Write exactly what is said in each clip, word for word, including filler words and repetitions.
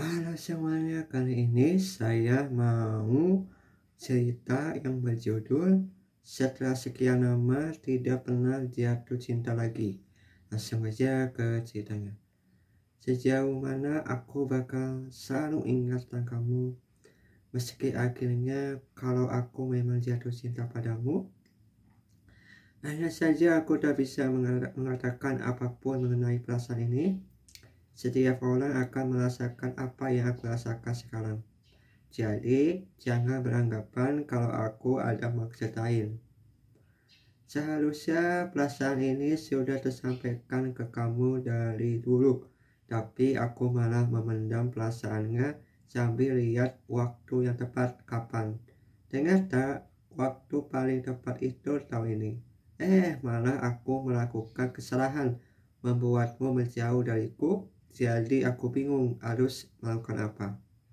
Halo semuanya, kali ini saya mau cerita yang berjudul Setelah Sekian Lama Tidak Pernah Jatuh Cinta Lagi. Langsung aja ke ceritanya. Sejauh mana aku bakal selalu ingat tentang kamu, meski akhirnya kalau aku memang jatuh cinta padamu, hanya saja aku tak bisa mengatakan apapun mengenai perasaan ini. Setiap orang akan merasakan apa yang aku rasakan sekarang. Jadi, jangan beranggapan kalau aku ada maksud lain. Seharusnya perasaan ini sudah tersampaikan ke kamu dari dulu, tapi aku malah memendam perasaannya sambil lihat waktu yang tepat kapan. Ternyata waktu paling tepat itu tahun ini. Eh, malah aku melakukan kesalahan, membuatmu menjauh dariku, jadi aku bingung harus melakukan apa.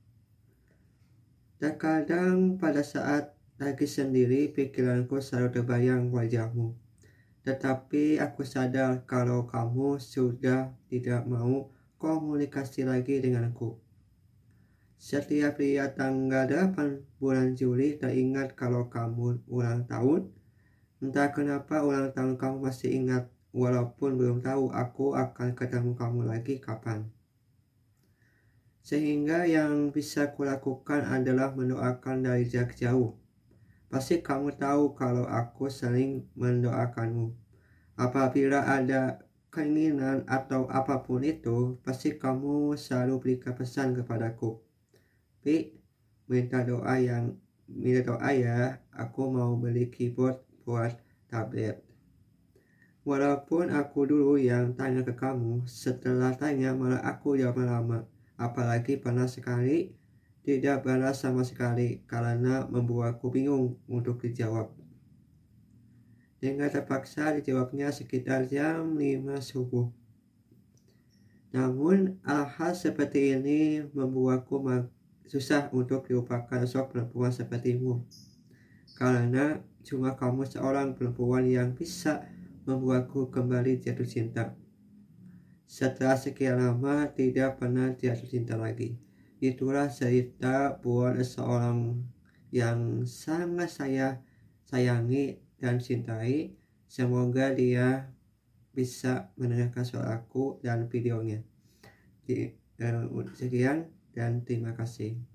Terkadang pada saat lagi sendiri pikiranku selalu terbayang wajahmu. Tetapi aku sadar kalau kamu sudah tidak mau komunikasi lagi denganku. Setiap lihat tanggal delapan bulan Juli teringat kalau kamu ulang tahun. Entah kenapa ulang tahun kamu masih ingat, walaupun belum tahu aku akan ketemu kamu lagi kapan. Sehingga yang bisa kulakukan adalah mendoakan dari jarak jauh. Pasti kamu tahu kalau aku sering mendoakanmu. Apabila ada keinginan atau apapun itu, pasti kamu selalu berikan pesan kepadaku. Pi, minta doa yang minta doa ya, aku mau beli keyboard buat tablet. Walaupun aku dulu yang tanya ke kamu, setelah tanya malah aku jawab lama. Apalagi pernah sekali tidak balas sama sekali karena membuatku bingung untuk dijawab. Hingga terpaksa dijawabnya sekitar jam lima subuh. Namun hal-hal seperti ini membuatku susah untuk dilupakan sosok perempuan sepertimu. Karena cuma kamu seorang perempuan yang bisa membuatku kembali jatuh cinta. Setelah sekian lama tidak pernah jatuh cinta lagi. Itulah cerita buat seorang yang sangat saya sayangi dan cintai. Semoga dia bisa mendengarkan suara aku dan videonya. Sekian dan terima kasih.